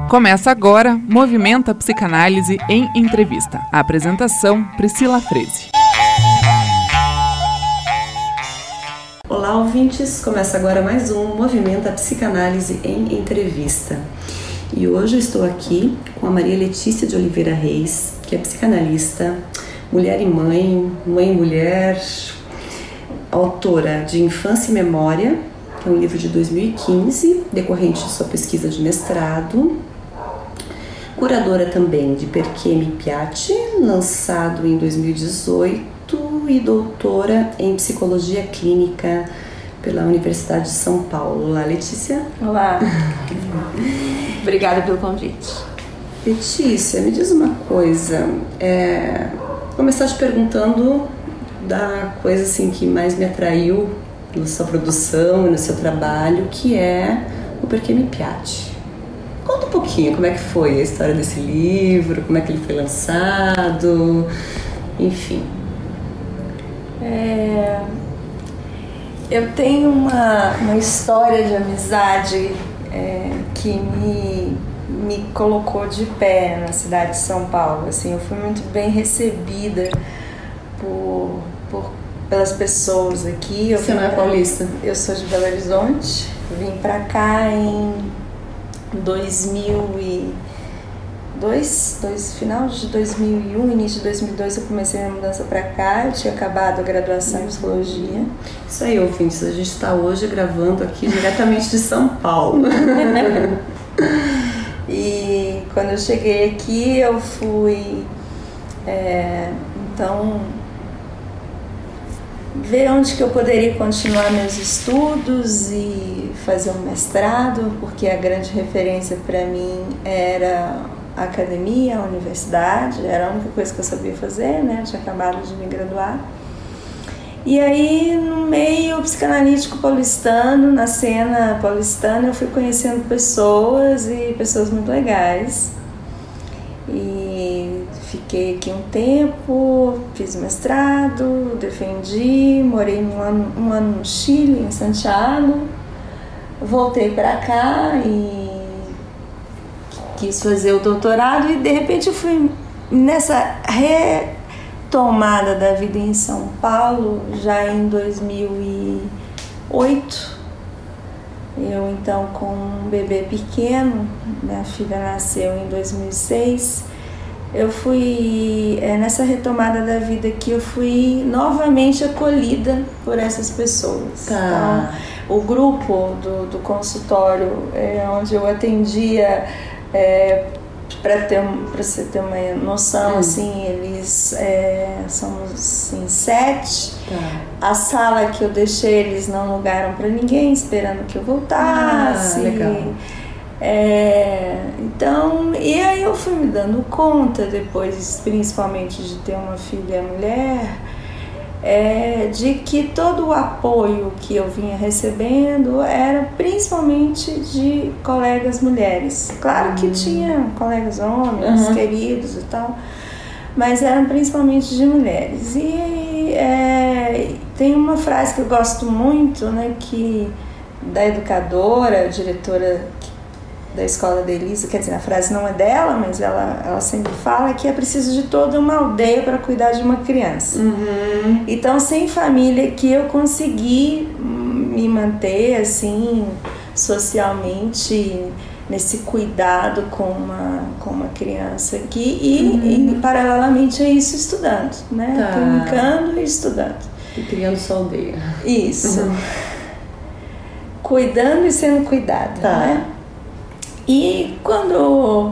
Começa agora Movimenta Psicanálise em Entrevista. A apresentação, Priscila Freze. Olá, ouvintes! Começa agora mais um Movimenta Psicanálise em Entrevista. E hoje eu estou aqui com a Maria Letícia de Oliveira Reis, que é psicanalista, mulher e mãe, mãe e mulher, autora de Infância e Memória, que é um livro de 2015, decorrente de sua pesquisa de mestrado, curadora também de Perché mi piace, lançado em 2018, e doutora em Psicologia Clínica pela Universidade de São Paulo. Olá, Letícia. Olá. Obrigada pelo convite. Letícia, me diz uma coisa. Vou começar te perguntando da coisa assim que mais me atraiu na sua produção e no seu trabalho, que é o Perché mi piace. Conta um pouquinho como é que foi a história desse livro, como é que ele foi lançado, enfim. Eu tenho uma história de amizade que me colocou de pé na cidade de São Paulo. Assim, eu fui muito bem recebida pelas pessoas aqui. Você não é paulista? Eu sou de Belo Horizonte. Vim pra cá em 2002, final de 2001, início de 2002 eu comecei a mudança pra cá. Eu tinha acabado a graduação em Psicologia. Isso aí, ouvintes, a gente está hoje gravando aqui diretamente de São Paulo. E quando eu cheguei aqui eu fui então ver onde que eu poderia continuar meus estudos e fazer um mestrado, porque a grande referência para mim era a academia, a universidade, era a única coisa que eu sabia fazer, né? Eu tinha acabado de me graduar. E aí, no meio psicanalítico paulistano, na cena paulistana, eu fui conhecendo pessoas e pessoas muito legais. E fiquei aqui um tempo, fiz mestrado, defendi, morei um ano no Chile, em Santiago, voltei para cá e quis fazer o doutorado e de repente eu fui nessa retomada da vida em São Paulo já em 2008. Eu então com um bebê pequeno, minha filha nasceu em 2006, eu fui, nessa retomada da vida que eu fui novamente acolhida por essas pessoas. Tá. Então, o grupo do consultório onde eu atendia, para você ter uma noção, assim, eles somos assim, 7. Tá. A sala que eu deixei, eles não alugaram para ninguém, esperando que eu voltasse. Legal. Então, e aí eu fui me dando conta depois, principalmente de ter uma filha mulher, de que todo o apoio que eu vinha recebendo era principalmente de colegas mulheres. Claro que tinha colegas homens, queridos e tal, mas eram principalmente de mulheres. E tem uma frase que eu gosto muito, né, que da educadora, diretora da escola da Elisa, quer dizer, a frase não é dela, mas ela sempre fala que é preciso de toda uma aldeia para cuidar de uma criança. Então, sem família que eu consegui me manter assim socialmente nesse cuidado com uma criança aqui e paralelamente a isso estudando, né? Tá. Brincando e estudando. E criando sua aldeia. Isso. Cuidando e sendo cuidada, Tá. né? E quando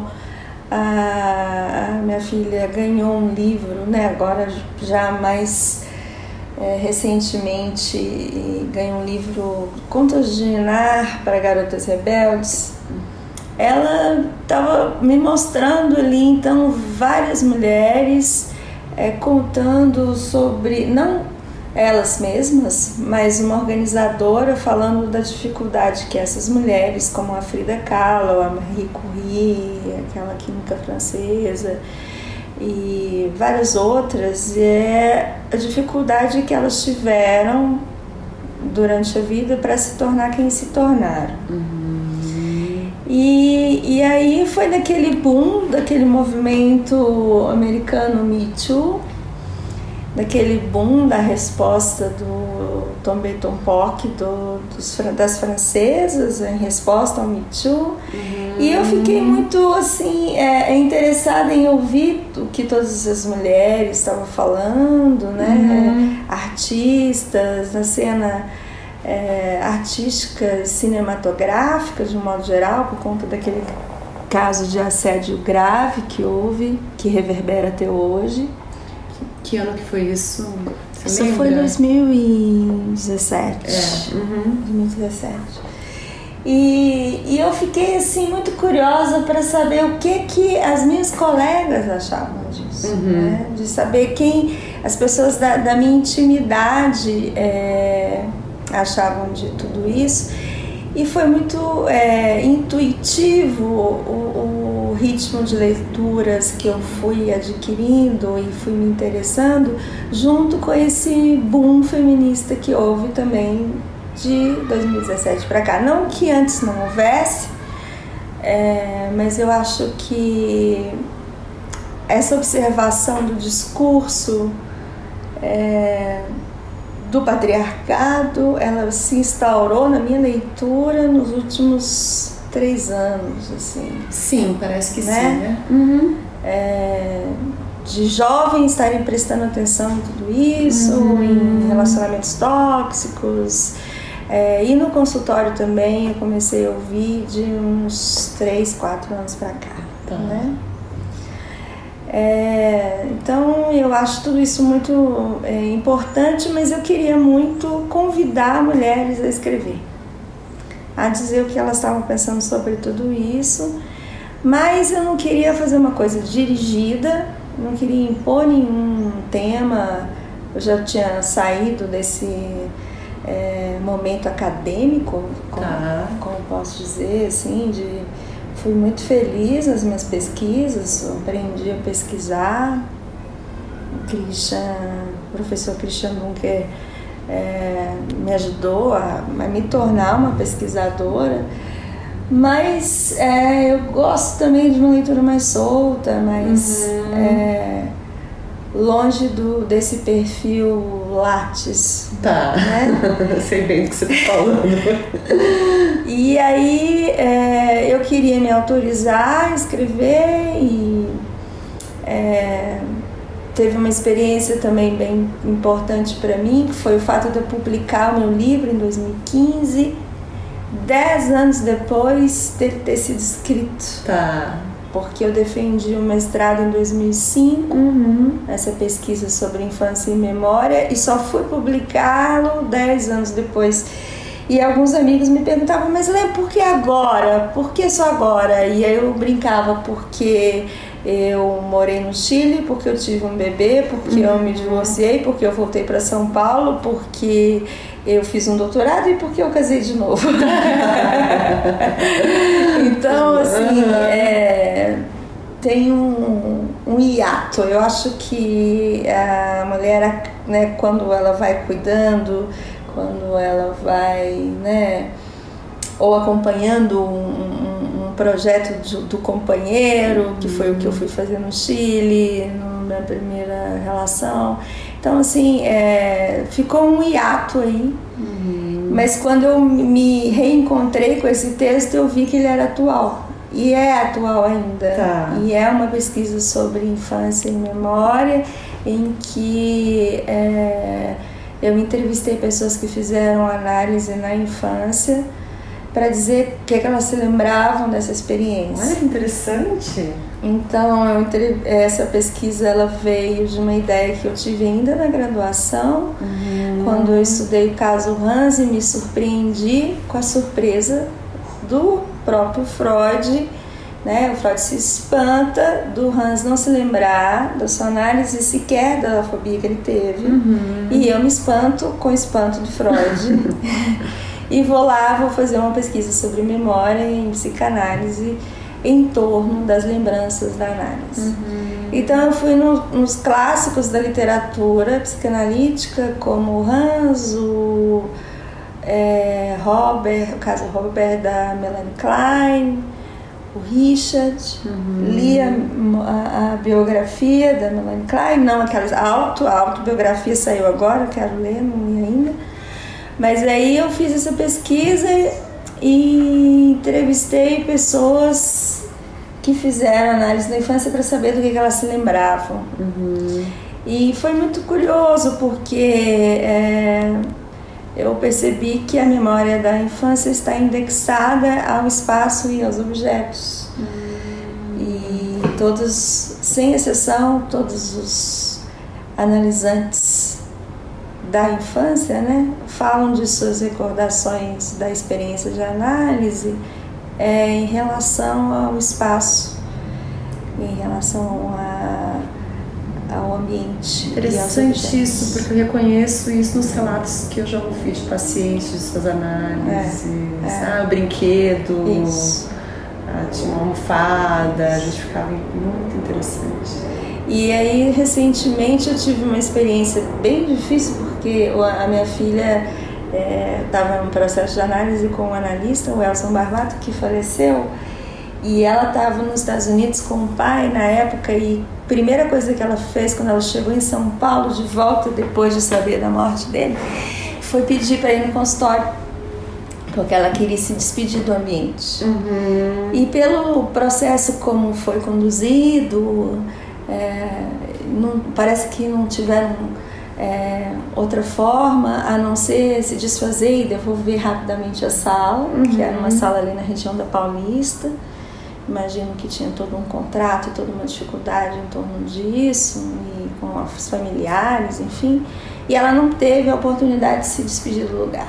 a minha filha ganhou um livro, né, agora já mais recentemente, ganhou um livro Contos de Ninar para Garotas Rebeldes, ela estava me mostrando ali, então, várias mulheres contando sobre, não elas mesmas, mas uma organizadora falando da dificuldade que essas mulheres, como a Frida Kahlo, a Marie Curie, aquela química francesa e várias outras, a dificuldade que elas tiveram durante a vida para se tornar quem se tornaram. E aí foi naquele boom, daquele movimento americano Me Too, daquele boom da resposta do Tombé Tompoc, das francesas, em resposta ao Me Too. E eu fiquei muito assim, interessada em ouvir o que todas as mulheres estavam falando, né? Artistas, na cena artística e cinematográfica, de um modo geral, por conta daquele caso de assédio grave que houve, que reverbera até hoje. Que ano que foi isso? Isso foi em 2017. 2017. E eu fiquei assim muito curiosa para saber o que as minhas colegas achavam disso, né? De saber quem as pessoas da minha intimidade achavam de tudo isso. E foi muito intuitivo o ritmo de leituras que eu fui adquirindo e fui me interessando, junto com esse boom feminista que houve também de 2017 para cá. Não que antes não houvesse, mas eu acho que essa observação do discurso do patriarcado, ela se instaurou na minha leitura nos últimos 3 anos, assim. Sim, parece que né? Sim, né? De jovens estarem prestando atenção em tudo isso, em relacionamentos tóxicos. E no consultório também eu comecei a ouvir de uns 3, 4 anos para cá. Tá. Né? Então eu acho tudo isso muito importante, mas eu queria muito convidar mulheres a escrever, a dizer o que elas estavam pensando sobre tudo isso, mas eu não queria fazer uma coisa dirigida, não queria impor nenhum tema. Eu já tinha saído desse momento acadêmico, como posso dizer, assim, fui muito feliz nas minhas pesquisas, aprendi a pesquisar. O professor Christian Dunker me ajudou a me tornar uma pesquisadora, mas eu gosto também de uma leitura mais solta, mais longe desse perfil Lattes. Tá, né? Sei bem do que você está falando. E aí eu queria me autorizar a escrever e teve uma experiência também bem importante para mim, que foi o fato de eu publicar o meu livro em 2015, 10 anos depois dele ter sido escrito. Tá. Porque eu defendi o mestrado em 2005, essa pesquisa sobre infância e memória, e só fui publicá-lo 10 anos depois. E alguns amigos me perguntavam, mas Lê, por que agora? Por que só agora? E aí eu brincava, porque eu morei no Chile, porque eu tive um bebê, porque eu me divorciei, porque eu voltei para São Paulo, porque eu fiz um doutorado e porque eu casei de novo. Então, assim, tem um hiato. Eu acho que a mulher, né, quando ela vai cuidando, quando ela vai, né, ou acompanhando um projeto do companheiro, que foi o que eu fui fazer no Chile, na minha primeira relação. Então, assim, ficou um hiato aí. Mas quando eu me reencontrei com esse texto, eu vi que ele era atual. E é atual ainda. Tá. E é uma pesquisa sobre infância e memória, em que eu entrevistei pessoas que fizeram análise na infância para dizer o que elas se lembravam dessa experiência. Olha que interessante! Então, essa pesquisa ela veio de uma ideia que eu tive ainda na graduação, quando eu estudei o caso Hans e me surpreendi com a surpresa do próprio Freud, né? O Freud se espanta do Hans não se lembrar da sua análise sequer da fobia que ele teve, e eu me espanto com o espanto do Freud. E vou fazer uma pesquisa sobre memória em psicanálise em torno das lembranças da análise. Então eu fui nos clássicos da literatura psicanalítica, como o Hans, o caso Robert da Melanie Klein, o Richard, li a biografia da Melanie Klein, não aquela a autobiografia saiu agora, eu quero ler, não li ainda. Mas aí eu fiz essa pesquisa e entrevistei pessoas que fizeram análise da infância para saber do que elas se lembravam. E foi muito curioso porque eu percebi que a memória da infância está indexada ao espaço e aos objetos. E todos, sem exceção, todos os analisantes da infância, né, falam de suas recordações da experiência de análise em relação ao espaço, em relação ao ambiente. Interessante isso, porque eu reconheço isso nos relatos que eu já ouvi de pacientes de suas análises. Brinquedo, tinha uma almofada, a gente ficava muito interessante. E aí, recentemente, eu tive uma experiência bem difícil, porque a minha filha estava num processo de análise com um analista, o Elson Barbato, que faleceu, e ela estava nos Estados Unidos com o pai na época, e a primeira coisa que ela fez quando ela chegou em São Paulo, de volta, depois de saber da morte dele, foi pedir para ir no consultório, porque ela queria se despedir do ambiente. E pelo processo como foi conduzido, parece que não tiveram outra forma a não ser se desfazer e devolver rapidamente a sala, que era uma sala ali na região da Paulista. Imagino que tinha todo um contrato, toda uma dificuldade em torno disso, e com os familiares, enfim. E ela não teve a oportunidade de se despedir do lugar.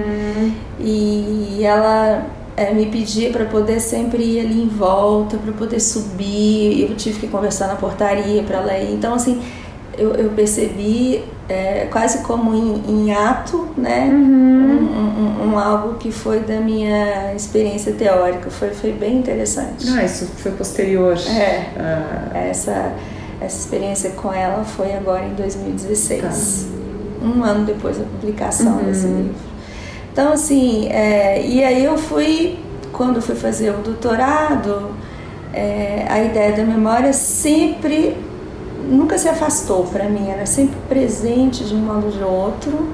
E ela me pedia para poder sempre ir ali em volta, para poder subir. Eu tive que conversar na portaria para ela ir. Então, assim, eu percebi quase como em ato, né? Algo que foi da minha experiência teórica. Foi bem interessante. Isso foi posterior. Essa experiência com ela foi agora em 2016. Um ano depois da publicação desse livro. Então, assim, e aí eu fui, quando fui fazer o doutorado, a ideia da memória nunca se afastou para mim, era sempre presente de um modo ou de outro.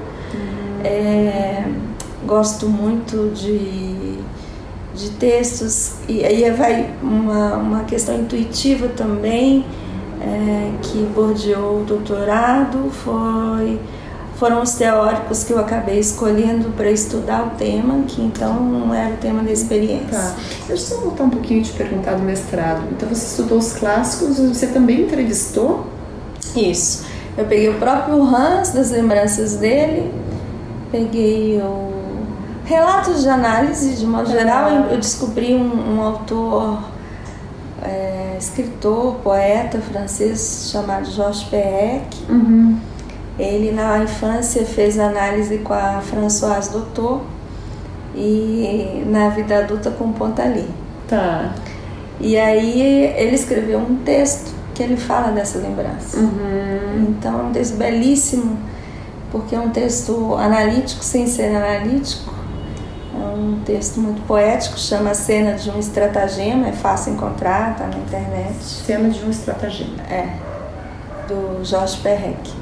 Gosto muito de textos, e aí vai uma questão intuitiva também, que bordeou o doutorado, foram os teóricos que eu acabei escolhendo para estudar o tema, que então não era o tema da experiência. Deixa eu só voltar um pouquinho e te perguntar do mestrado. Então você estudou os clássicos, você também entrevistou? Isso. Eu peguei o próprio Hans, das lembranças dele, peguei relatos de análise, de modo geral. Eu descobri um autor, escritor, poeta francês chamado Georges Perec. Ele, na infância, fez análise com a Françoise Doutor e na vida adulta com Pontalis. E aí ele escreveu um texto que ele fala dessa lembrança. Então é um texto belíssimo, porque é um texto analítico sem ser analítico. É um texto muito poético, chama Cena de um Estratagema, é fácil encontrar, tá na internet. Cena de um Estratagema. Do Georges Perec.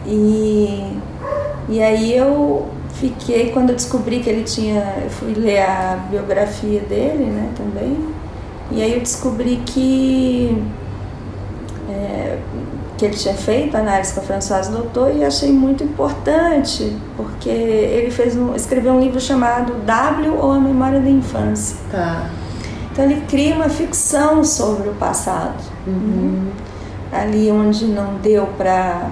E aí eu fiquei, quando eu descobri que ele eu fui ler a biografia dele, né, também, e aí eu descobri que ele tinha feito análise com a Françoise Doutor, e achei muito importante, porque ele escreveu um livro chamado W ou a Memória da Infância. Então ele cria uma ficção sobre o passado. Ali onde não deu para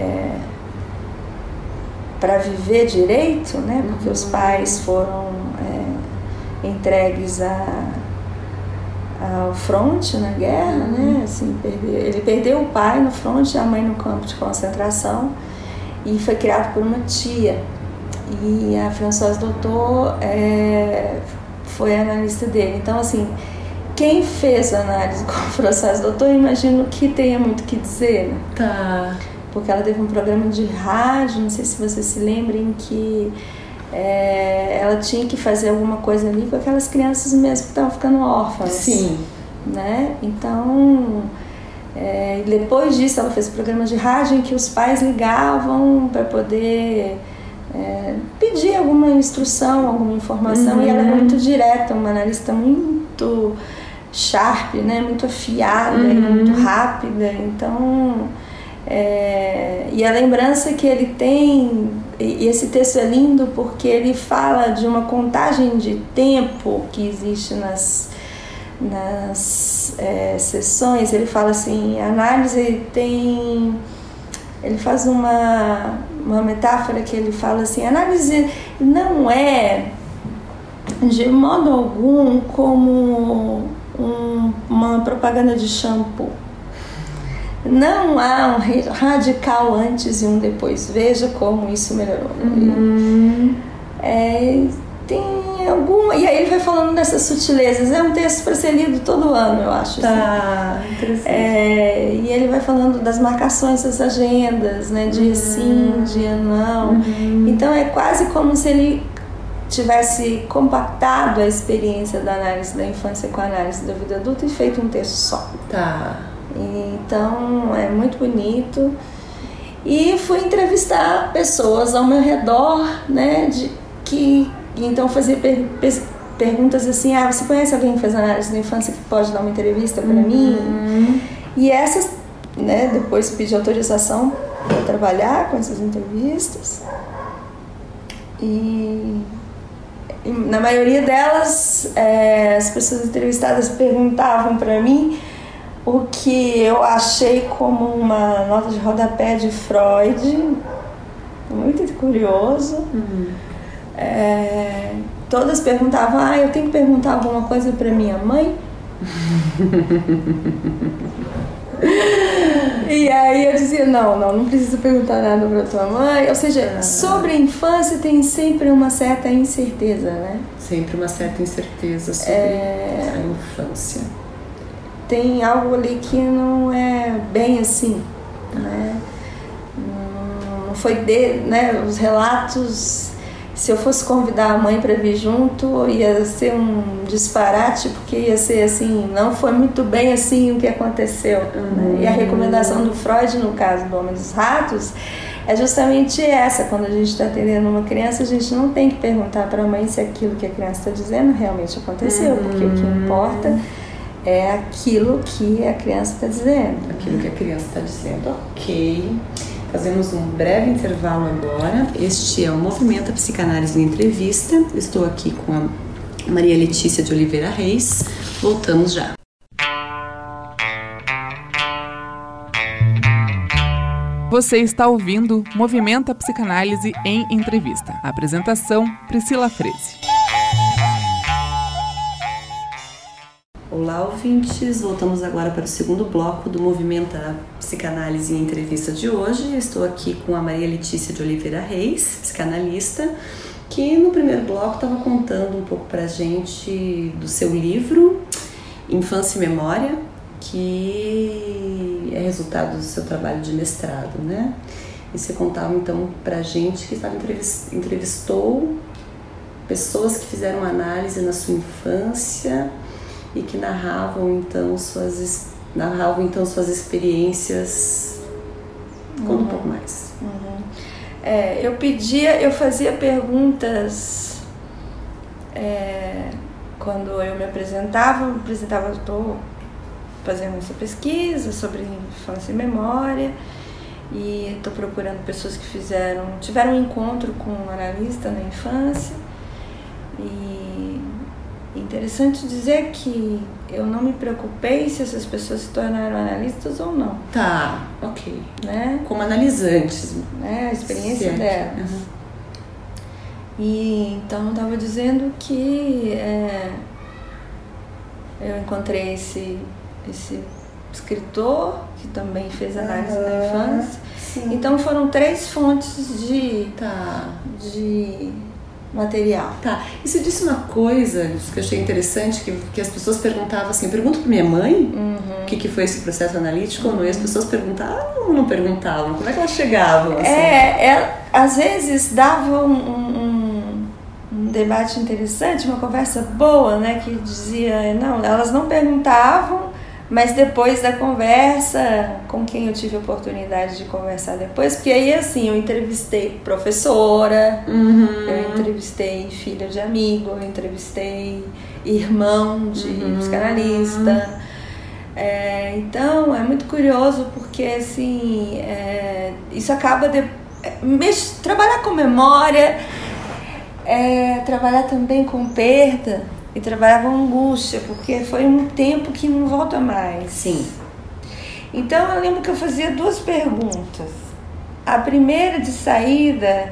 viver direito, né? Porque os pais foram entregues ao fronte na guerra, né? Assim, ele perdeu o pai no fronte, a mãe no campo de concentração, e foi criado por uma tia. E a Françoise Doutor foi a analista dele. Então, assim, quem fez a análise com a Françoise Doutor, eu imagino que tenha muito o que dizer, né? Porque ela teve um programa de rádio, não sei se você se lembra, em que ela tinha que fazer alguma coisa ali com aquelas crianças mesmo que estavam ficando órfãs. Sim. Né? Então, depois disso ela fez programas de rádio em que os pais ligavam para poder pedir alguma instrução, alguma informação, e ela era muito direta, uma analista muito sharp, né? Muito afiada e muito rápida. Então, e a lembrança que ele tem, e esse texto é lindo porque ele fala de uma contagem de tempo que existe nas sessões. Ele fala assim, a análise tem... Ele faz uma metáfora que ele fala assim, a análise não é de modo algum como uma propaganda de shampoo. Não há um radical antes e um depois. Veja como isso melhorou. Tem alguma... E aí ele vai falando dessas sutilezas. É um texto para ser lido todo ano, eu acho. Tá, assim. Interessante. E ele vai falando das marcações das agendas, né? Dia sim, dia não. Então é quase como se ele tivesse compactado a experiência da análise da infância com a análise da vida adulta e feito um texto só. Tá. Então é muito bonito. E fui entrevistar pessoas ao meu redor, né? Então fazer perguntas assim, você conhece alguém que fez análise da infância que pode dar uma entrevista para mim? E essas, né, depois pedi autorização para trabalhar com essas entrevistas. E na maioria delas, as pessoas entrevistadas perguntavam para mim o que eu achei como uma nota de rodapé de Freud, muito curioso. Todas perguntavam, eu tenho que perguntar alguma coisa para minha mãe? E aí eu dizia, não precisa perguntar nada para tua mãe. Ou seja, sobre a infância tem sempre uma certa incerteza, né? Sempre uma certa incerteza sobre a infância. Tem algo ali que não é bem assim, né? Não foi né? Os relatos... Se eu fosse convidar a mãe para vir junto, ia ser um disparate, porque ia ser assim, não foi muito bem assim o que aconteceu. Né? E a recomendação do Freud, no caso do Homem dos Ratos, é justamente essa. Quando a gente está atendendo uma criança, a gente não tem que perguntar para a mãe se aquilo que a criança está dizendo realmente aconteceu, porque o que importa é aquilo que a criança está dizendo. Aquilo que a criança está dizendo, ok. Fazemos um breve intervalo agora. Este é o Movimento a Psicanálise em Entrevista. Estou aqui com a Maria Letícia de Oliveira Reis. Voltamos já. Você está ouvindo Movimento a Psicanálise em Entrevista. Apresentação, Priscila Freze. Olá, ouvintes! Voltamos agora para o segundo bloco do Movimento a Psicanálise em Entrevista de hoje. Eu estou aqui com a Maria Letícia de Oliveira Reis, psicanalista, que no primeiro bloco estava contando um pouco para a gente do seu livro Infância e Memória, que é resultado do seu trabalho de mestrado, né? E você contava então para a gente que entrevistou pessoas que fizeram análise na sua infância e que narravam então suas experiências. Conta um pouco mais. Eu fazia perguntas quando eu me apresentava, estou fazendo essa pesquisa sobre infância e memória e estou procurando pessoas que tiveram um encontro com um analista na infância. E interessante dizer que eu não me preocupei se essas pessoas se tornaram analistas ou não. Tá, ok. Né? Como analisantes. A experiência delas. E então eu estava dizendo que eu encontrei esse escritor que também fez análise na infância. Sim. Então foram 3 fontes de material. Tá. E você disse uma coisa que eu achei interessante, que as pessoas perguntavam assim, pergunto para minha mãe o que foi esse processo analítico ou não, e as pessoas perguntavam ou não perguntavam? Como é que elas chegavam? Assim? Às vezes dava um debate interessante, uma conversa boa, né, que dizia, não, elas não perguntavam, mas depois da conversa, com quem eu tive a oportunidade de conversar depois, porque aí assim, eu entrevistei professora, eu entrevistei filha de amigo, eu entrevistei irmão de psicanalista. Então é muito curioso porque assim, isso acaba de trabalhar com memória, trabalhar também com perda e trabalhar com angústia, porque foi um tempo que não volta mais. Sim. Então eu lembro que eu fazia 2 perguntas. A primeira de saída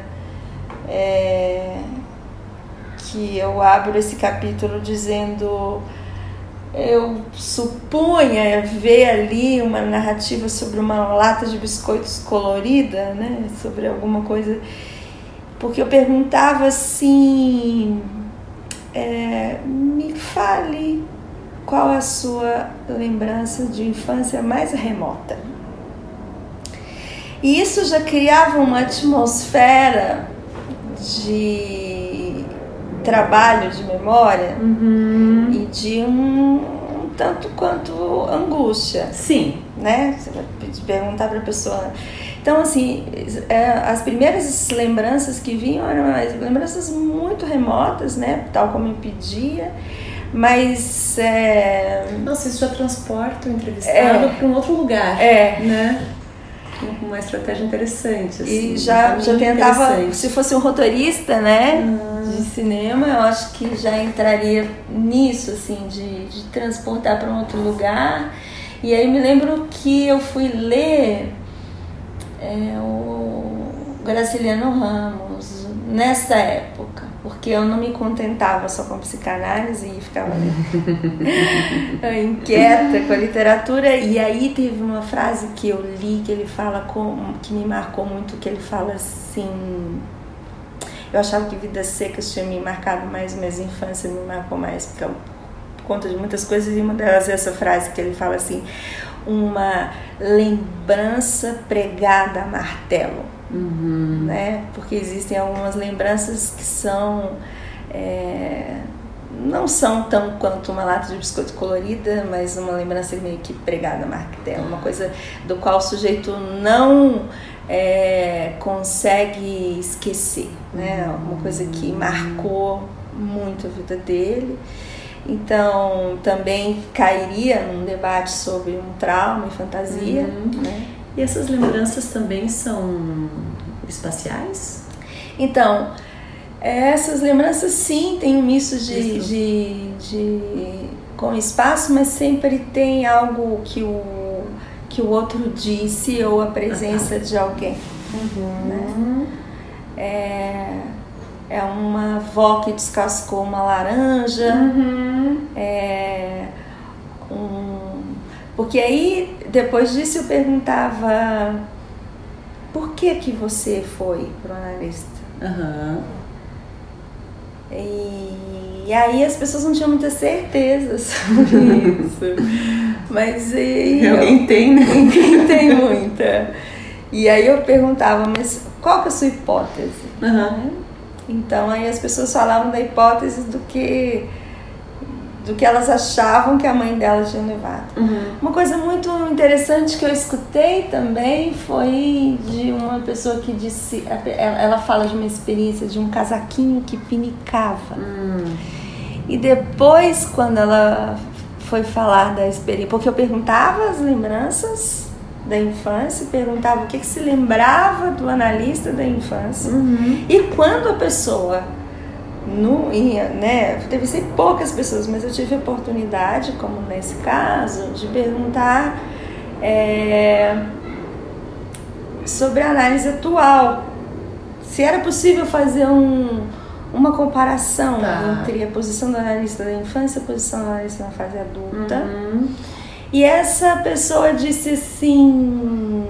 que eu abro esse capítulo dizendo, eu supunha ver ali uma narrativa sobre uma lata de biscoitos colorida, né? Sobre alguma coisa, porque eu perguntava assim, me fale qual a sua lembrança de infância mais remota. E isso já criava uma atmosfera de trabalho de memória e de um tanto quanto angústia. Sim. Né? Você vai perguntar para a pessoa. Então, assim, as primeiras lembranças que vinham eram lembranças muito remotas, né? Tal como eu pedia, mas... Nossa, isso já transporta o entrevistado para um outro lugar, né? Uma estratégia interessante, assim. E já tentava, se fosse um roteirista, né, de cinema, eu acho que já entraria nisso, assim, de transportar para um outro lugar. E aí me lembro que eu fui ler o Graciliano Ramos nessa época, porque eu não me contentava só com psicanálise e ficava inquieta com a literatura. E aí teve uma frase que eu li que ele fala, que me marcou muito, que ele fala assim, eu achava que Vidas Secas tinha me marcado mais, mas infância me marcou mais por conta de muitas coisas, e uma delas é essa frase que ele fala assim, uma lembrança pregada a martelo. Né? Porque existem algumas lembranças que são não são tão quanto uma lata de biscoito colorida, mas uma lembrança meio que pregada a martelo, uma coisa do qual o sujeito não consegue esquecer, né? Uma coisa que marcou muito a vida dele. Então também cairia num debate sobre um trauma e fantasia, né? E essas lembranças também são espaciais? Então, essas lembranças sim tem um misto com espaço, mas sempre tem algo que o outro disse ou a presença de alguém. Né? Uma avó que descascou uma laranja, porque aí depois disso eu perguntava, por que você foi para o analista? E aí as pessoas não tinham muita certeza sobre isso. Mas alguém tem, né? Ninguém tem muita. E aí eu perguntava, mas qual que é a sua hipótese? Então aí as pessoas falavam da hipótese do que elas achavam que a mãe dela tinha levado. Uma coisa muito interessante que eu escutei também foi de uma pessoa que disse, ela fala de uma experiência de um casaquinho que pinicava. E depois, quando ela foi falar da experiência, porque eu perguntava as lembranças da infância, perguntava o que se lembrava do analista da infância, e quando a pessoa né, deve ser poucas pessoas, mas eu tive a oportunidade, como nesse caso, de perguntar sobre a análise atual, se era possível fazer uma comparação entre a posição do analista da infância e a posição do analista na fase adulta. E essa pessoa disse assim,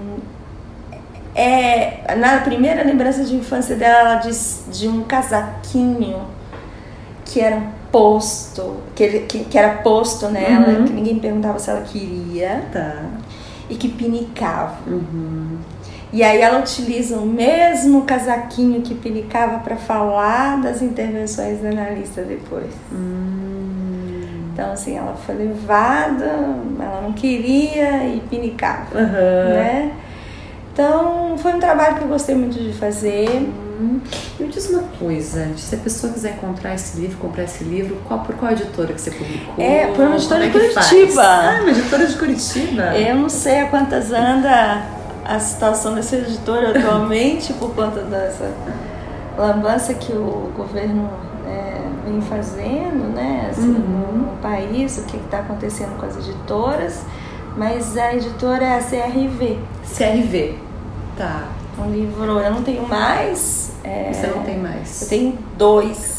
na primeira lembrança de infância dela, ela disse de um casaquinho que era posto, que era posto nela, que ninguém perguntava se ela queria, e que pinicava. E aí ela utiliza o mesmo casaquinho que pinicava para falar das intervenções da analista depois. Então, assim, ela foi levada, ela não queria e pinicava, né? Então, foi um trabalho que eu gostei muito de fazer. E me diz uma coisa, se a pessoa quiser comprar esse livro, comprar esse livro, por qual editora que você publicou? Por uma editora de Curitiba. Uma editora de Curitiba. Eu não sei a quantas anda a situação dessa editora atualmente, por conta dessa lambança que o governo vem fazendo, né, assim, no país, o que está acontecendo com as editoras, mas a editora é a CRV. CRV, tá. Um livro, eu não tenho mais. Você não tem mais? Eu tenho 2.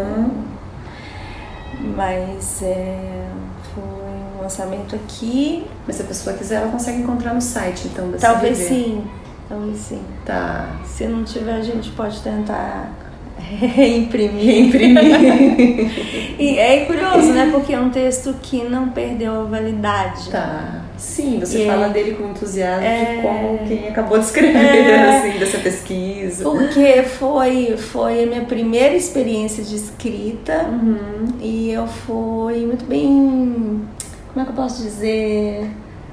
Mas foi um lançamento aqui. Mas se a pessoa quiser, ela consegue encontrar no site, então, da Talvez CRV. sim, talvez sim. Tá. Se não tiver, a gente pode tentar reimprimir. E é curioso, né? Porque é um texto que não perdeu a validade. Tá. Sim, você fala dele com entusiasmo de como quem acabou de escrever, assim, dessa pesquisa. Porque foi a minha primeira experiência de escrita e eu fui muito bem, como é que eu posso dizer?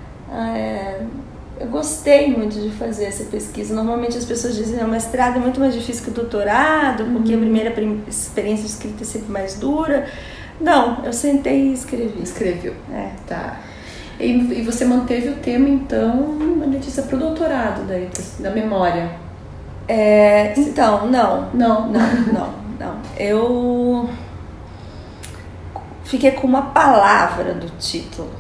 Eu gostei muito de fazer essa pesquisa. Normalmente as pessoas dizem que o mestrado é muito mais difícil que o doutorado, porque a primeira experiência de escrita é sempre mais dura. Não, eu sentei e escrevi. Escreveu. Tá. E você manteve o tema, então, Letícia, para o doutorado da memória? Então, não. Eu fiquei com uma palavra do título.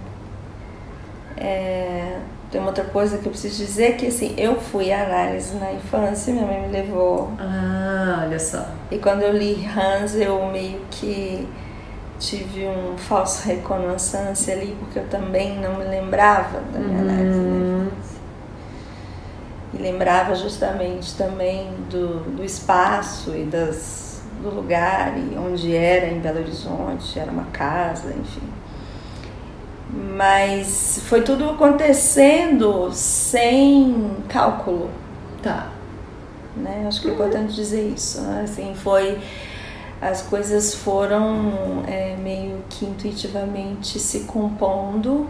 Tem uma outra coisa que eu preciso dizer, que assim, eu fui à análise na infância, minha mãe me levou. Olha só. E quando eu li Hans, eu meio que tive um falso reconnaissance ali, porque eu também não me lembrava da minha análise na infância. E lembrava justamente também do espaço e do lugar, e onde era em Belo Horizonte, era uma casa, enfim. Mas foi tudo acontecendo sem cálculo. Tá. Né? Acho que é importante dizer isso. Né? Assim, as coisas foram meio que intuitivamente se compondo,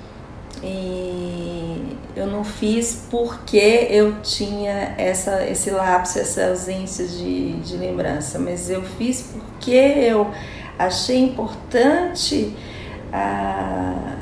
e eu não fiz porque eu tinha esse lapso, essa ausência de lembrança, mas eu fiz porque eu achei importante a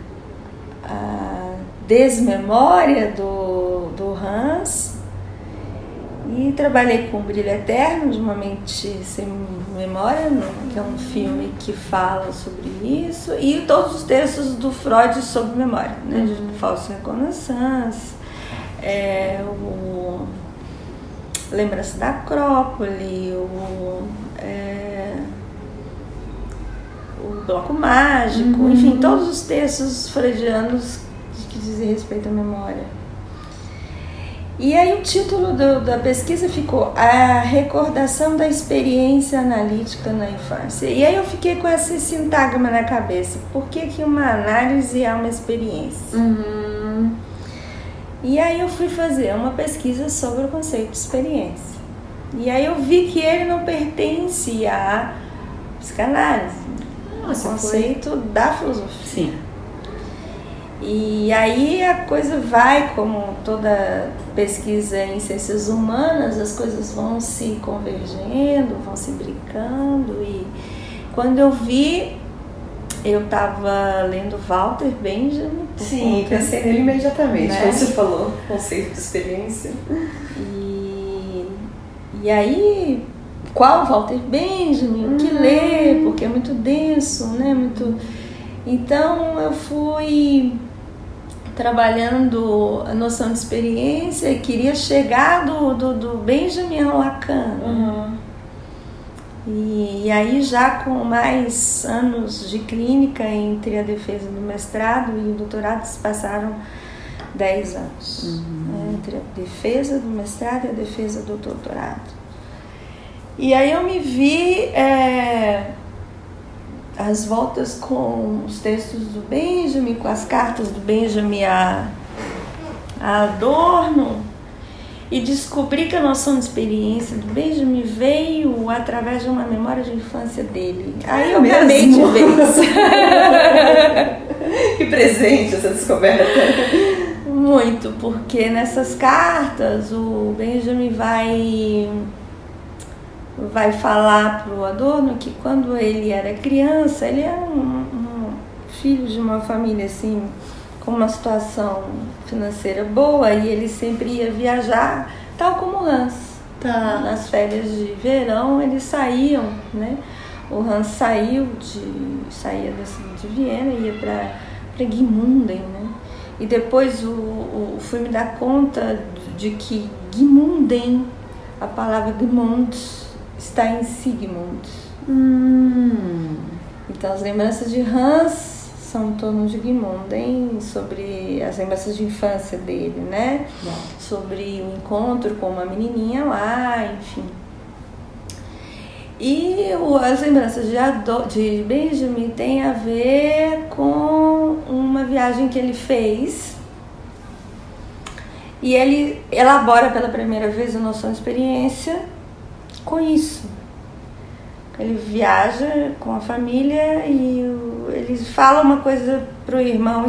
desmemória do Hans, e trabalhei com Brilho Eterno, de Uma Mente Sem Memória, que é um filme que fala sobre isso, e todos os textos do Freud sobre memória, né? De falso reconnaissance, o Lembrança da Acrópole, o Bloco Mágico, enfim, todos os textos freudianos que dizem respeito à memória. E aí o título da pesquisa ficou A Recordação da Experiência Analítica na Infância. E aí eu fiquei com esse sintagma na cabeça. Por que uma análise é uma experiência? E aí eu fui fazer uma pesquisa sobre o conceito de experiência. E aí eu vi que ele não pertence à psicanálise. Nossa, o conceito da filosofia. Sim. E aí a coisa vai, como toda pesquisa em ciências humanas, as coisas vão se convergendo, vão se brincando. E quando eu vi, eu estava lendo Walter Benjamin. Sim, pensei nele imediatamente, né? Quando você falou conceito de experiência. E aí, qual Walter Benjamin? O que ler? Porque é muito denso, né? Então eu fui trabalhando a noção de experiência e queria chegar do Benjamin ao Lacan. E aí, já com mais anos de clínica entre a defesa do mestrado e o doutorado, se passaram 10 anos, né, entre a defesa do mestrado e a defesa do doutorado. E aí eu me vi às voltas com os textos do Benjamin, com as cartas do Benjamin a a Adorno e descobri que a noção de experiência do Benjamin veio através de uma memória de infância dele. Aí eu acabei de vez. Que presente essa descoberta. Muito, porque nessas cartas o Benjamin vai falar para o Adorno que quando ele era criança, ele era um filho de uma família assim, com uma situação financeira boa, e ele sempre ia viajar, tal como o Hans. Tá. Nas férias de verão eles saíam, né? O Hans saía de Viena e ia para Gmunden, né? E depois o filme dá conta de que Gmunden, a palavra Gmund, está em Sigmund. Então as lembranças de Hans são em torno de Gmunden, sobre as lembranças de infância dele, né? Sobre o encontro com uma menininha lá, enfim. E as lembranças de Benjamin tem a ver com uma viagem que ele fez. E ele elabora pela primeira vez a noção de experiência com isso. Ele viaja com a família e ele fala uma coisa pro irmão: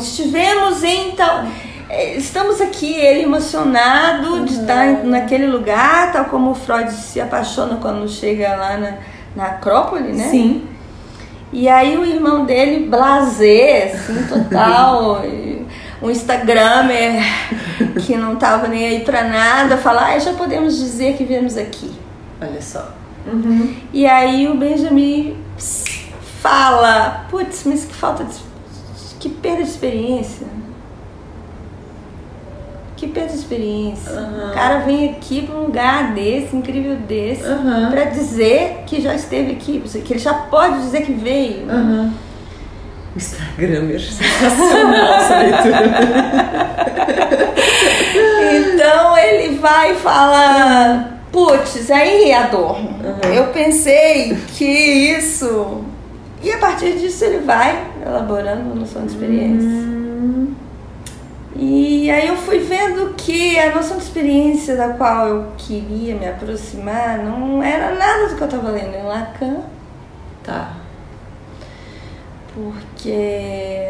estamos aqui, ele emocionado de estar naquele lugar, tal como o Freud se apaixona quando chega lá na Acrópole, né? Sim. E aí o irmão dele, blasé, assim, total, um instagramer que não tava nem aí pra nada, fala: já podemos dizer que viemos aqui. Olha só. E aí o Benjamin fala: putz, mas que perda de experiência. Que perda de experiência. O cara vem aqui para um lugar desse, incrível desse, para dizer que já esteve aqui, que ele já pode dizer que veio. Instagramer, sensacional essa leitura. Então ele vai falar: putz, aí Adorno, eu pensei que isso... E a partir disso ele vai elaborando a noção de experiência. E aí eu fui vendo que a noção de experiência da qual eu queria me aproximar não era nada do que eu estava lendo em Lacan. Tá. Porque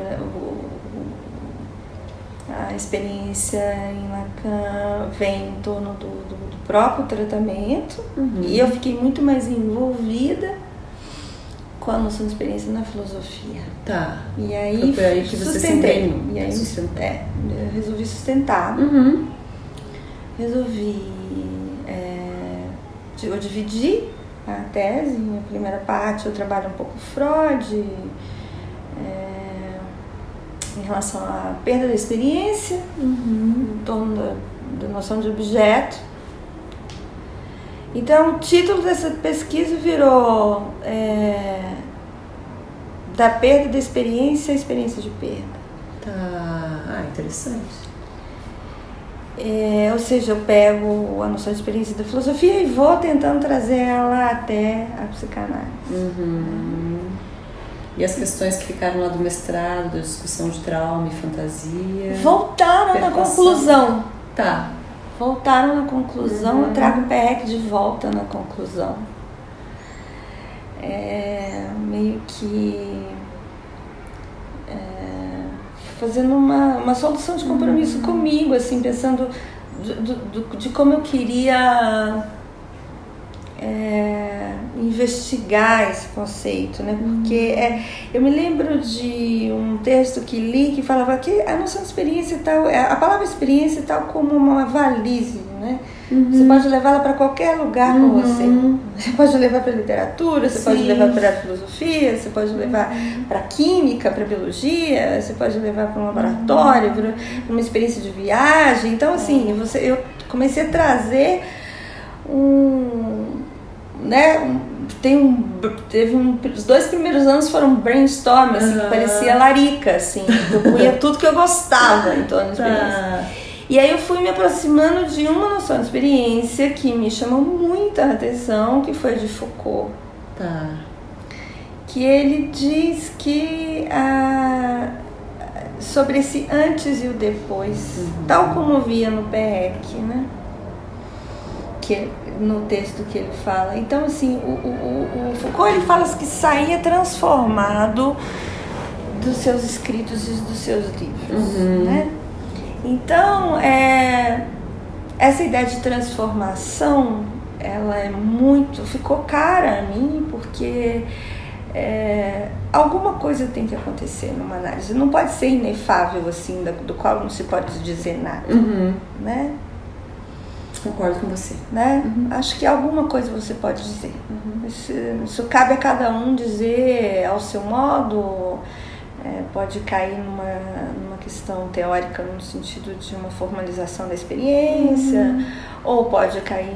a experiência em Lacan vem em torno do próprio tratamento. E eu fiquei muito mais envolvida com a noção de experiência na filosofia. Tá. E aí, foi aí que você sustentei. Se e aí eu resolvi sustentar. Eu dividi a tese. Na primeira parte eu trabalho um pouco Freud, em relação à perda da experiência, em torno da noção de objeto. Então o título dessa pesquisa virou da perda da experiência à experiência de perda. Tá. Interessante. Ou seja, eu pego a noção de experiência da filosofia e vou tentando trazer ela até a psicanálise. E as questões que ficaram lá do mestrado, da discussão de trauma e fantasia? Voltaram na conclusão. Tá. Voltaram na conclusão, eu trago o PEC de volta na conclusão. Meio que fazendo uma solução de compromisso comigo, assim, pensando de como eu queria investigar esse conceito, né? Porque eu me lembro de um texto que li que falava que a noção de experiência tal, a palavra experiência tal como uma valise, né? Você pode levá-la para qualquer lugar com você. Você pode levar para literatura, você pode levar para filosofia, você pode levar para química, para biologia, você pode levar para um laboratório, para uma experiência de viagem. Então, assim, eu comecei a trazer os 2 primeiros anos foram brainstorm, assim, que parecia larica, assim, eu punha tudo que eu gostava em torno de experiência. E aí eu fui me aproximando de uma noção de experiência que me chamou muita atenção, que foi de Foucault. Tá. Que ele diz que sobre esse antes e o depois, tal como via no PEC, né? Que, no texto que ele fala. Então, assim, o Foucault, ele fala que saía transformado dos seus escritos e dos seus livros, né? Então, essa ideia de transformação, ela ficou cara a mim, porque alguma coisa tem que acontecer numa análise. Não pode ser inefável, assim, do qual não se pode dizer nada, né? Concordo com você. Né? Acho que alguma coisa você pode dizer. Isso cabe a cada um dizer ao seu modo. Pode cair numa questão teórica no sentido de uma formalização da experiência, ou pode cair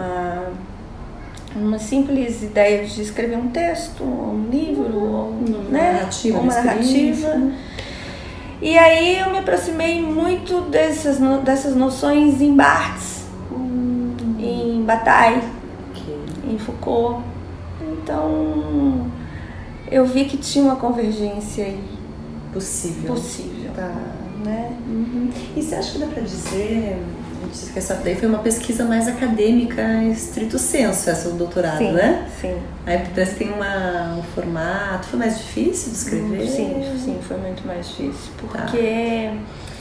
numa simples ideia de escrever um texto, um livro, ou uma narrativa. E aí eu me aproximei muito dessas noções em Barthes, em Bataille, em Foucault. Então eu vi que tinha uma convergência aí possível. Tá. Né? E você acha que dá para dizer que essa daí foi uma pesquisa mais acadêmica em estrito senso, essa do doutorado, né? Sim. Aí parece que tem um formato. Foi mais difícil de escrever? Sim, foi muito mais difícil, porque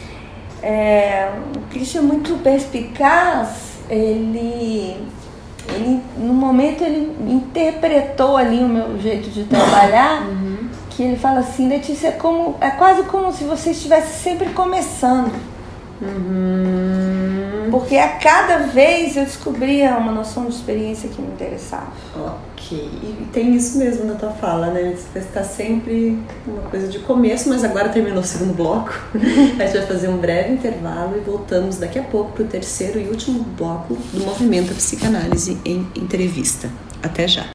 o Christian é muito perspicaz. Ele no momento ele interpretou ali o meu jeito de trabalhar, que ele fala assim: Letícia, é quase como se você estivesse sempre começando, porque a cada vez eu descobria uma noção de experiência que me interessava. Ok, e tem isso mesmo na tua fala, né? Você está sempre uma coisa de começo, mas agora terminou o segundo bloco. A gente vai fazer um breve intervalo e voltamos daqui a pouco para o terceiro e último bloco do Movimento Psicanálise em Entrevista. Até já!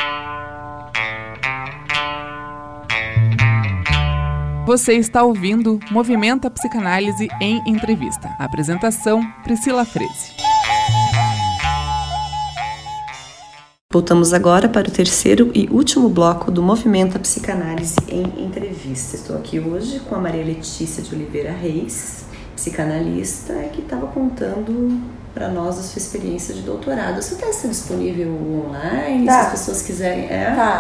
Você está ouvindo Movimento Psicanálise em Entrevista. Apresentação: Priscila Freze. Voltamos agora para o terceiro e último bloco do Movimento Psicanálise em Entrevista. Estou aqui hoje com a Maria Letícia de Oliveira Reis, psicanalista, que estava contando para nós a sua experiência de doutorado. Você está disponível online, se as pessoas quiserem?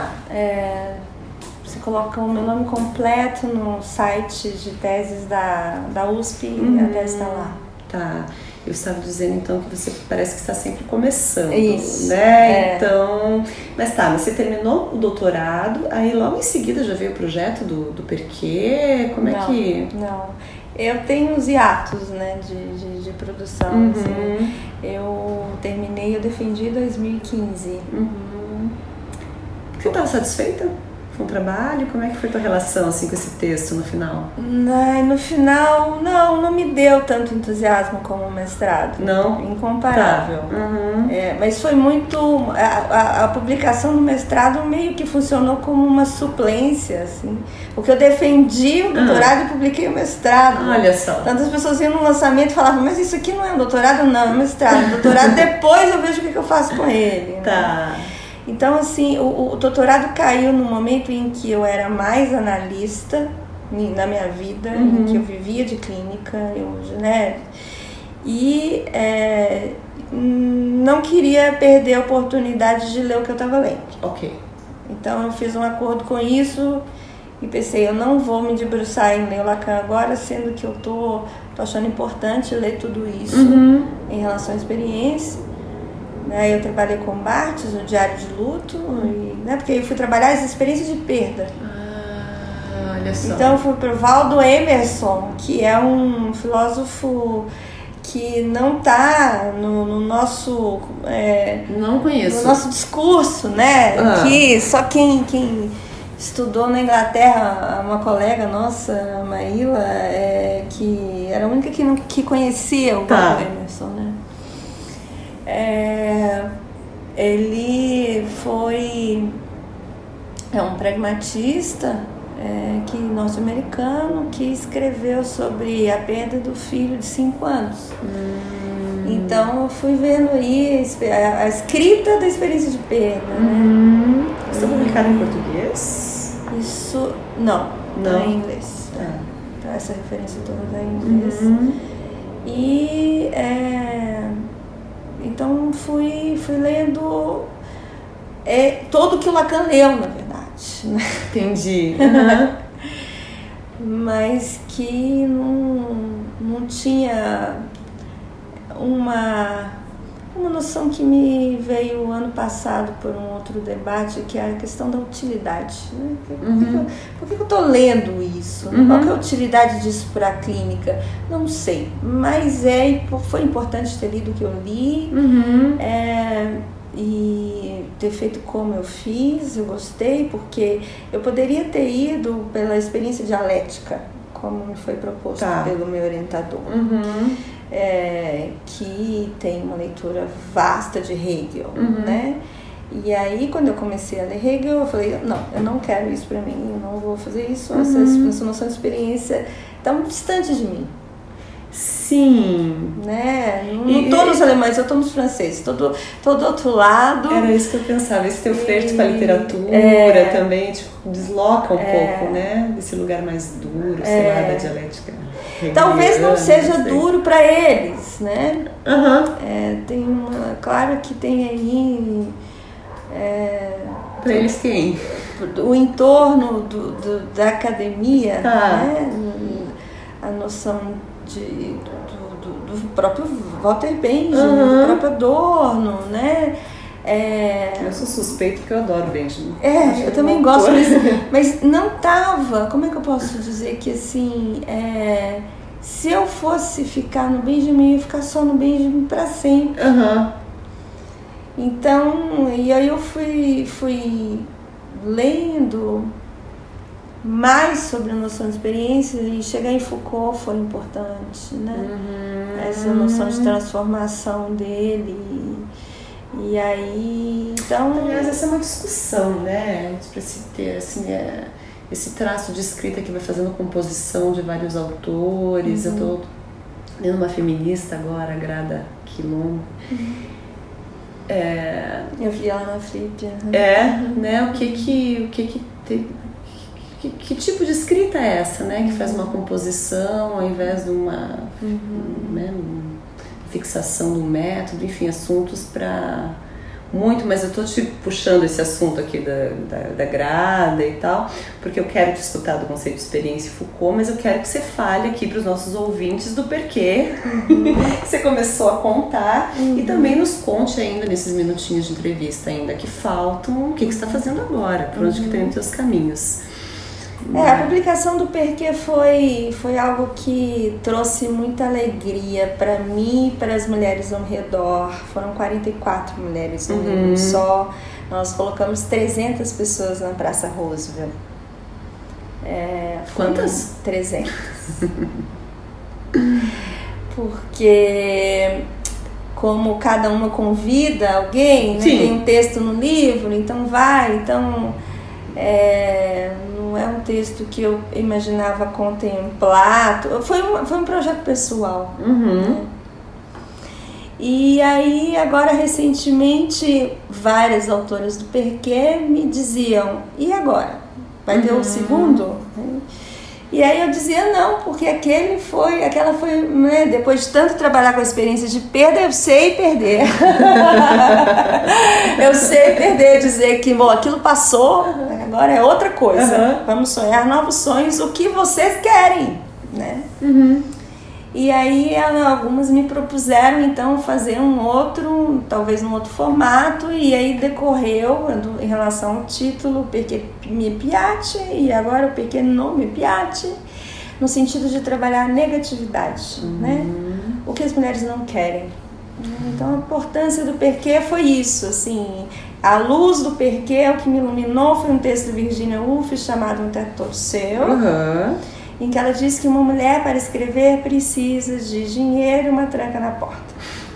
Você coloca o meu nome completo no site de teses da USP e a tese está lá. Tá. Eu estava dizendo então que você parece que está sempre começando, isso, né? Então, mas você terminou o doutorado, aí logo em seguida já veio o projeto do Perquê, como é que... Não, eu tenho uns hiatos, né, de produção, assim. Eu defendi em 2015. Você estava satisfeita com o trabalho? Como é que foi a tua relação assim, com esse texto no final? No final, não me deu tanto entusiasmo como o mestrado. Não? Incomparável. Mas foi muito... A publicação do mestrado meio que funcionou como uma suplência, assim. Porque eu defendi o doutorado e publiquei o mestrado. Olha só. Tantas pessoas iam no lançamento e falavam: mas isso aqui não é um doutorado? Não, é um mestrado. O doutorado, depois eu vejo o que eu faço com ele. Tá. Né? Então, assim, o doutorado caiu no momento em que eu era mais analista na minha vida, em que eu vivia de clínica, e não queria perder a oportunidade de ler o que eu estava lendo. Ok. Então, eu fiz um acordo com isso e pensei: eu não vou me debruçar em ler o Lacan agora, sendo que eu tô achando importante ler tudo isso em relação à experiência. Eu trabalhei com Barthes, no Diário de Luto, porque eu fui trabalhar as experiências de perda. Olha só. Então eu fui para o Waldo Emerson, que é um filósofo que não está no nosso... não conheço. No nosso discurso, né? Que só quem estudou na Inglaterra, uma colega nossa, a Maíla, que era a única que conhecia o Waldo Emerson, né? Ele foi um pragmatista norte-americano que escreveu sobre a perda do filho de 5 anos. Então eu fui vendo aí a escrita da experiência de perda. Né? Está publicado em português? Isso não. Em inglês. essa referência toda da inglês. E então fui lendo todo que o Lacan leu, na verdade, né? Entendi. Mas que não tinha uma noção que me veio ano passado por um outro debate, que é a questão da utilidade, né? Por que eu estou lendo isso? Qual que é a utilidade disso para a clínica? Não sei, mas foi importante ter lido o que eu li, e ter feito como eu fiz. Eu gostei, porque eu poderia ter ido pela experiência dialética, como me foi proposto pelo meu orientador, que tem uma leitura vasta de Hegel, né? E aí, quando eu comecei a ler Hegel, eu falei, não, eu não quero isso para mim, eu não vou fazer isso, essa noção de experiência está muito distante de mim. Sim. Né? Não estou nos alemães, eu estou nos franceses, estou do outro lado. Era isso que eu pensava, esse teu flerte com a literatura também desloca um pouco, né? Desse lugar mais duro, sei lá, da dialética. Talvez não seja duro para eles, né? Claro que tem aí... para eles quem? O entorno da academia, né? A noção do próprio Walter Benjamin, do próprio Adorno, né? Eu sou suspeito porque eu adoro Benjamin. Eu também gosto, mas não tava. Como é que eu posso dizer que assim, se eu fosse ficar no Benjamin, eu ia ficar só no Benjamin para sempre. Então, e aí eu fui lendo mais sobre a noção de experiência, e chegar em Foucault foi importante, né? Essa noção de transformação dele. E aí, então... Aliás, essa é uma discussão, né? Para se ter, assim, esse traço de escrita que vai fazendo composição de vários autores. Eu estou lendo uma feminista agora, a Grada Quilom. Eu vi ela na Flip. Né? Que tipo de escrita é essa, né? Que faz uma composição ao invés de uma fixação do método, enfim, assuntos para muito, mas eu tô te puxando esse assunto aqui da Grada e tal, porque eu quero te escutar do conceito de experiência Foucault, mas eu quero que você fale aqui para os nossos ouvintes do porquê que você começou a contar, e também nos conte ainda nesses minutinhos de entrevista ainda que faltam, o que você está fazendo agora, por onde que estão os teus caminhos. A publicação do Porquê foi algo que trouxe muita alegria para mim e para as mulheres ao redor. Foram 44 mulheres no livro só. Nós colocamos 300 pessoas na Praça Roosevelt. Quantas? 300. Porque como cada uma convida alguém, né? Tem um texto no livro, então vai, então... não é um texto que eu imaginava contemplar. Foi um projeto pessoal. Né? E aí, agora, recentemente, várias autoras do Porquê me diziam, e agora? Vai ter o segundo? E aí eu dizia não, porque aquela foi, né, depois de tanto trabalhar com a experiência de perda, eu sei perder. Eu sei perder, dizer que aquilo passou, agora é outra coisa. Vamos sonhar novos sonhos, o que vocês querem, né? E aí algumas me propuseram então fazer talvez um outro formato, e aí decorreu em relação ao título Perché mi piace, e agora o Perché non mi piace, no sentido de trabalhar a negatividade, né? O que as mulheres não querem. Então a importância do Porquê foi isso, assim, a luz do Porquê, o que me iluminou foi um texto de Virginia Woolf chamado Um Teto Todo Seu, em que ela diz que uma mulher para escrever precisa de dinheiro e uma tranca na porta.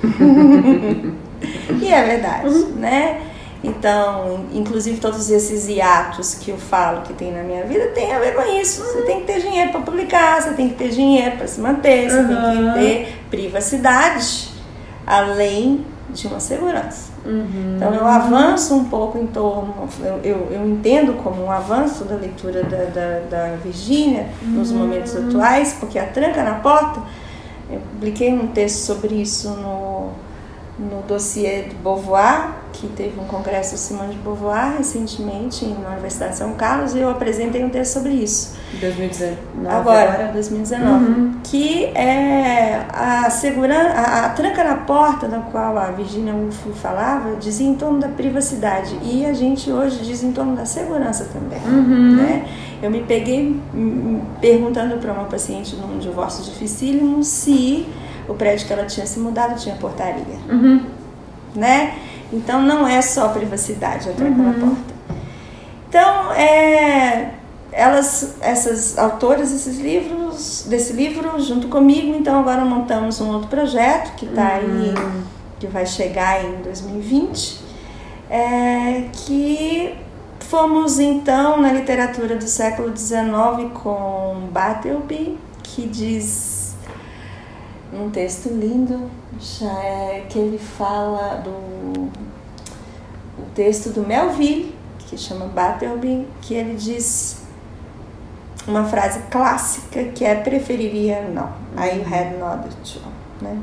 E é verdade, né? Então, inclusive todos esses hiatos que eu falo que tem na minha vida tem a ver com isso. Você tem que ter dinheiro para publicar, você tem que ter dinheiro para se manter, você tem que ter privacidade, além de uma segurança. Então eu avanço um pouco em torno, eu entendo como um avanço da leitura da Virginia nos momentos atuais, porque A Tranca na Porta, eu publiquei um texto sobre isso no dossiê de Beauvoir, que teve um congresso de Simone de Beauvoir recentemente na Universidade de São Carlos, e eu apresentei um texto sobre isso. 2019. Agora, 2019. Que é a tranca na porta, da qual a Virginia Woolf falava, dizia em torno da privacidade. E a gente hoje diz em torno da segurança também. Né? Eu me peguei perguntando para uma paciente num divórcio dificílimo se o prédio que ela tinha se mudado tinha portaria. Né? Então não é só privacidade a tranca na porta. Então, essas autoras desse livro junto comigo, então agora montamos um outro projeto que está aí, que vai chegar em 2020, que fomos então na literatura do século XIX com Bartleby, que diz um texto lindo, que ele fala o texto do Melville, que chama Bartleby, que ele diz uma frase clássica que é preferiria não, I had nodded to, né?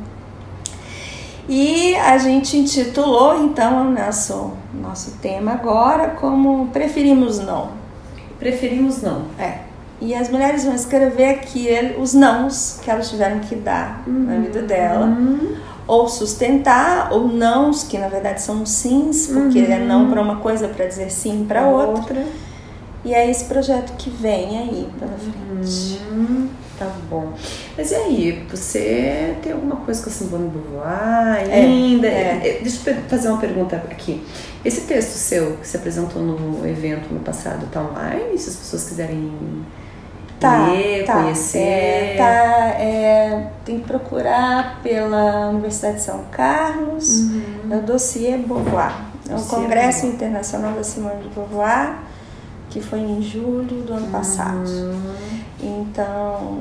E a gente intitulou então o nosso tema agora como Preferimos Não. Preferimos não. E as mulheres vão escrever aqui os nãos que elas tiveram que dar na vida dela, ou sustentar, ou nãos que na verdade são sims, porque é não para uma coisa para dizer sim para outra. E é esse projeto que vem aí pela frente. Tá bom. Mas e aí, você tem alguma coisa com a Simone de Beauvoir ainda? Deixa eu fazer uma pergunta aqui. Esse texto seu que se apresentou no evento no passado tá online? Se as pessoas quiserem ler, conhecer? Tem que procurar pela Universidade de São Carlos, no dossiê Beauvoir. É o Congresso Internacional da Simone de Beauvoir, que foi em julho do ano passado. Então,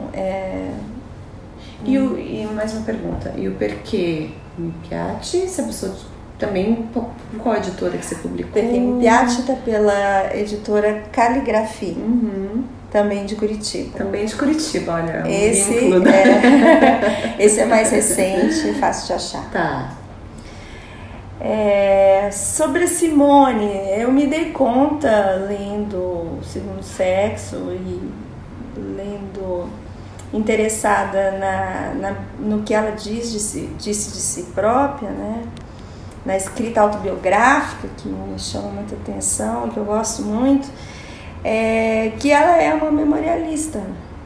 E mais uma pergunta. E o Perché Mi Piace? Se a pessoa também... Qual a editora que você publicou? Perché Mi Piace está pela editora Caligrafia, também de Curitiba. Também de Curitiba, olha. Esse é mais recente, fácil de achar. Tá. Sobre Simone, eu me dei conta lendo O Segundo Sexo e lendo, interessada no que ela disse de si própria, né? Na escrita autobiográfica, que me chama muita atenção, que eu gosto muito, que ela é uma memorialista.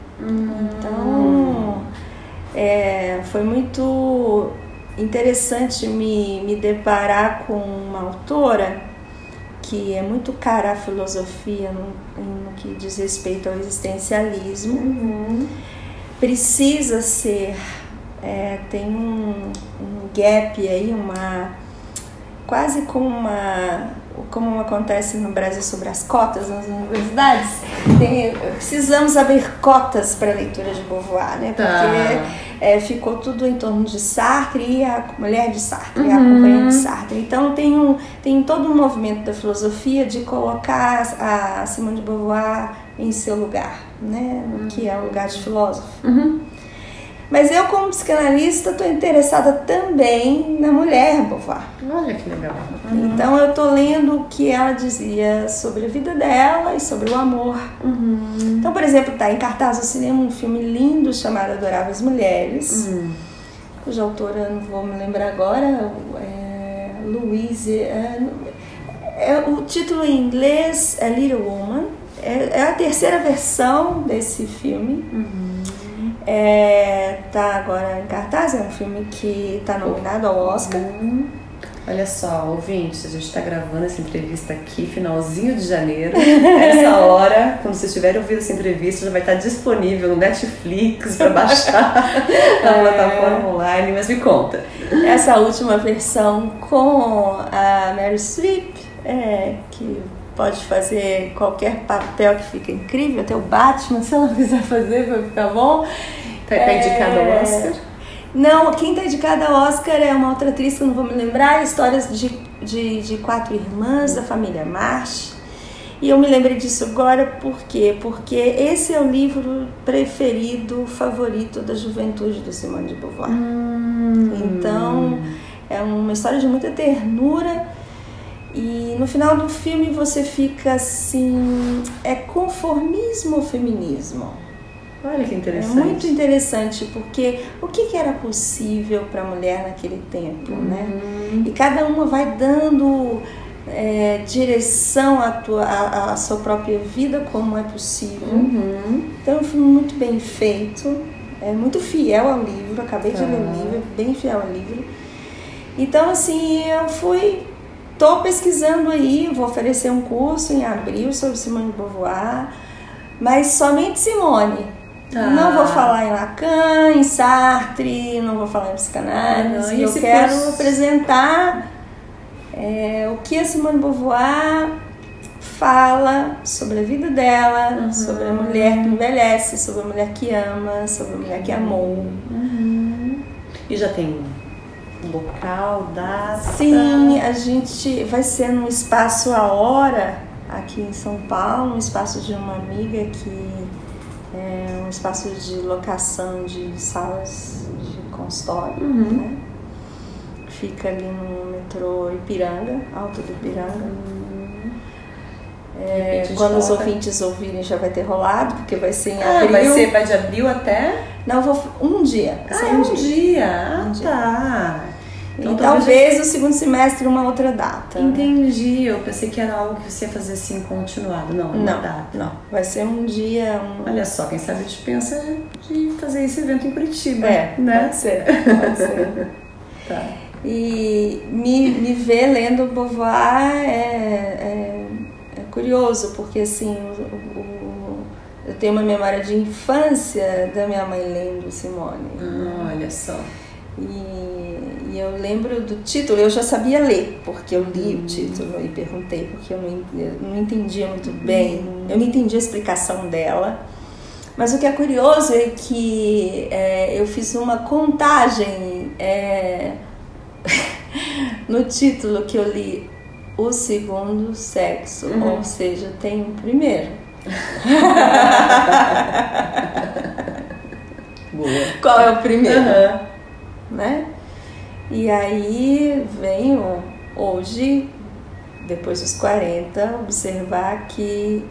Então, foi muito interessante me deparar com uma autora que é muito cara à filosofia no que diz respeito ao existencialismo. Precisa ser, tem um gap aí, quase como acontece no Brasil sobre as cotas nas universidades, precisamos abrir cotas para a leitura de Beauvoir, né? Porque ficou tudo em torno de Sartre e a mulher de Sartre, a companhia de Sartre. Então tem todo um movimento da filosofia de colocar a Simone de Beauvoir em seu lugar, né? No que é o lugar de filósofo. Mas eu, como psicanalista, estou interessada também na mulher Beauvoir. Olha que legal. Então eu estou lendo o que ela dizia sobre a vida dela e sobre o amor. Então, por exemplo, está em cartaz no cinema um filme lindo chamado Adoráveis Mulheres, cuja autora, não vou me lembrar agora, Louise. O título em inglês é Little Woman. É a terceira versão desse filme. Tá agora em cartaz, é um filme que está nominado ao Oscar. Olha só, ouvintes, a gente está gravando essa entrevista aqui, finalzinho de janeiro. Essa hora, quando vocês tiverem ouvido essa entrevista, já vai estar disponível no Netflix para baixar na plataforma online. Mas me conta. Essa última versão com a Meryl Streep, que pode fazer qualquer papel que fica incrível, até o Batman, se ela quiser fazer, vai ficar bom. Tá indicada ao Oscar? Não, quem está indicada ao Oscar é uma outra atriz que eu não vou me lembrar, Histórias de de 4 irmãs da família March. E eu me lembrei disso agora por quê? Porque esse é o livro preferido, favorito da juventude da Simone de Beauvoir. Então, é uma história de muita ternura. E no final do filme você fica assim, é conformismo ou feminismo? Olha que interessante. É muito interessante, porque o que era possível para a mulher naquele tempo, né? E cada uma vai dando direção à sua própria vida como é possível. Então é um filme muito bem feito, é muito fiel ao livro, acabei de ler o livro, é bem fiel ao livro. Então assim, tô pesquisando aí, vou oferecer um curso em abril sobre Simone de Beauvoir, mas somente Simone. Não vou falar em Lacan, em Sartre, não vou falar em psicanálise. Eu quero apresentar o que a Simone de Beauvoir fala sobre a vida dela, sobre a mulher que envelhece, sobre a mulher que ama, sobre a mulher que amou. E já tem local, data? Sim, a gente vai ser no Espaço A Hora, aqui em São Paulo, um espaço de uma amiga que é um espaço de locação de salas de consultório, né? Fica ali no metrô Ipiranga, Alto do Ipiranga. Quando os ouvintes ouvirem já vai ter rolado, porque vai ser em abril. Vai de abril até? Não, um dia. Um dia. Tá. Então talvez o segundo semestre uma outra data. Entendi, eu pensei que era algo que você ia fazer assim continuado. Não, uma data. Não, vai ser um dia. Olha só, quem sabe a gente pensa de fazer esse evento em Curitiba. Né? Pode ser. Tá. E me ver lendo Beauvoir é curioso, porque assim, eu tenho uma memória de infância da minha mãe lendo Simone. Olha só. E eu lembro do título, eu já sabia ler, porque eu li o título e perguntei, porque eu não entendia muito bem, eu não entendi a explicação dela. Mas o que é curioso é que eu fiz uma contagem no título que eu li, O Segundo Sexo, ou seja, tem um primeiro. Boa. Qual é o primeiro? Né? E aí venho hoje, depois dos 40, observar que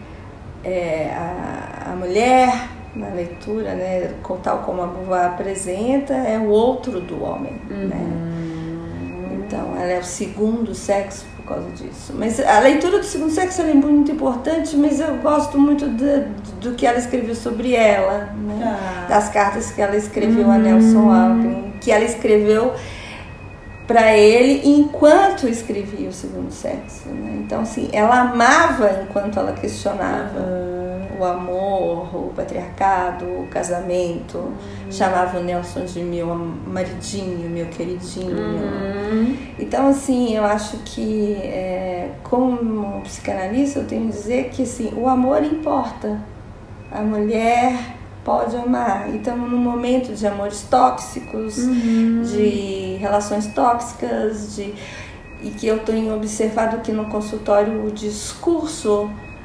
a mulher na leitura, né, tal como a Beauvoir apresenta, é o outro do homem, né? Então ela é o segundo sexo por causa disso. Mas a leitura do segundo sexo é muito importante, mas eu gosto muito do que ela escreveu sobre ela, né? Das cartas que ela escreveu a Nelson Algren, que ela escreveu para ele enquanto escrevia o segundo sexo, né? Então assim, ela amava enquanto ela questionava o amor, o patriarcado, o casamento. Chamava o Nelson de meu maridinho, meu queridinho. Então assim, eu acho que como psicanalista eu tenho que dizer que assim, o amor importa. A mulher pode amar. Então, no momento de amores tóxicos, de relações tóxicas, e que eu tenho observado que no consultório o discurso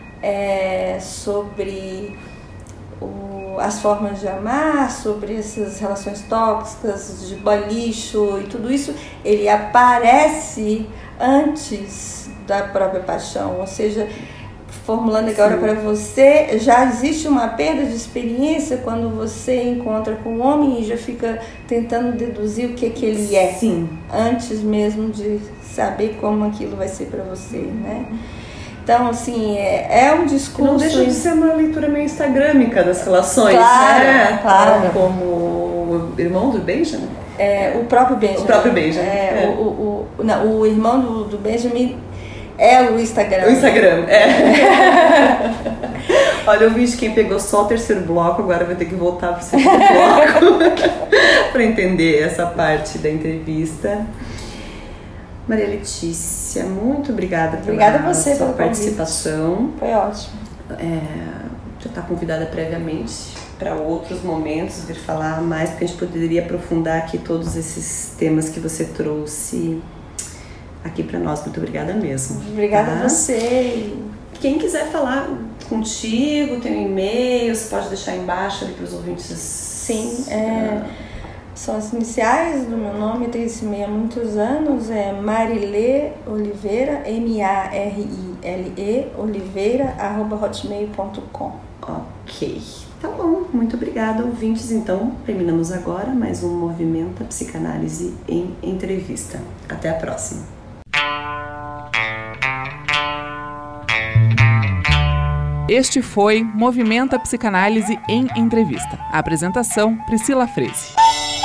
sobre as formas de amar, sobre essas relações tóxicas, de boy lixo e tudo isso, ele aparece antes da própria paixão, ou seja, formulando agora para você, já existe uma perda de experiência quando você encontra com um homem e já fica tentando deduzir o que ele é, antes mesmo de saber como aquilo vai ser para você, né? Então, assim, é um discurso... Não deixa de ser uma leitura meio instagrâmica das relações, né? Claro. Como o irmão do Benjamin? O próprio Benjamin. O próprio Benjamin. O irmão do Benjamin é o Instagram. O Instagram, Olha, eu vi de quem pegou só o terceiro bloco, agora vai ter que voltar para o segundo bloco para entender essa parte da entrevista. Maria Letícia, muito obrigada pela sua participação. Foi ótimo. Já está convidada previamente para outros momentos, vir falar mais, porque a gente poderia aprofundar aqui todos esses temas que você trouxe aqui para nós. Muito obrigada mesmo. Obrigada a você. Quem quiser falar contigo, tem um e-mail, você pode deixar embaixo ali para os ouvintes. Sim, são as iniciais do meu nome, tenho esse e-mail há muitos anos, é Marile Oliveira, MARILE Oliveira, @hotmail.com. Ok, tá bom, muito obrigada, ouvintes. Então, terminamos agora mais um Movimenta Psicanálise em Entrevista. Até a próxima. Este foi Movimenta Psicanálise em Entrevista. A apresentação, Priscila Freze.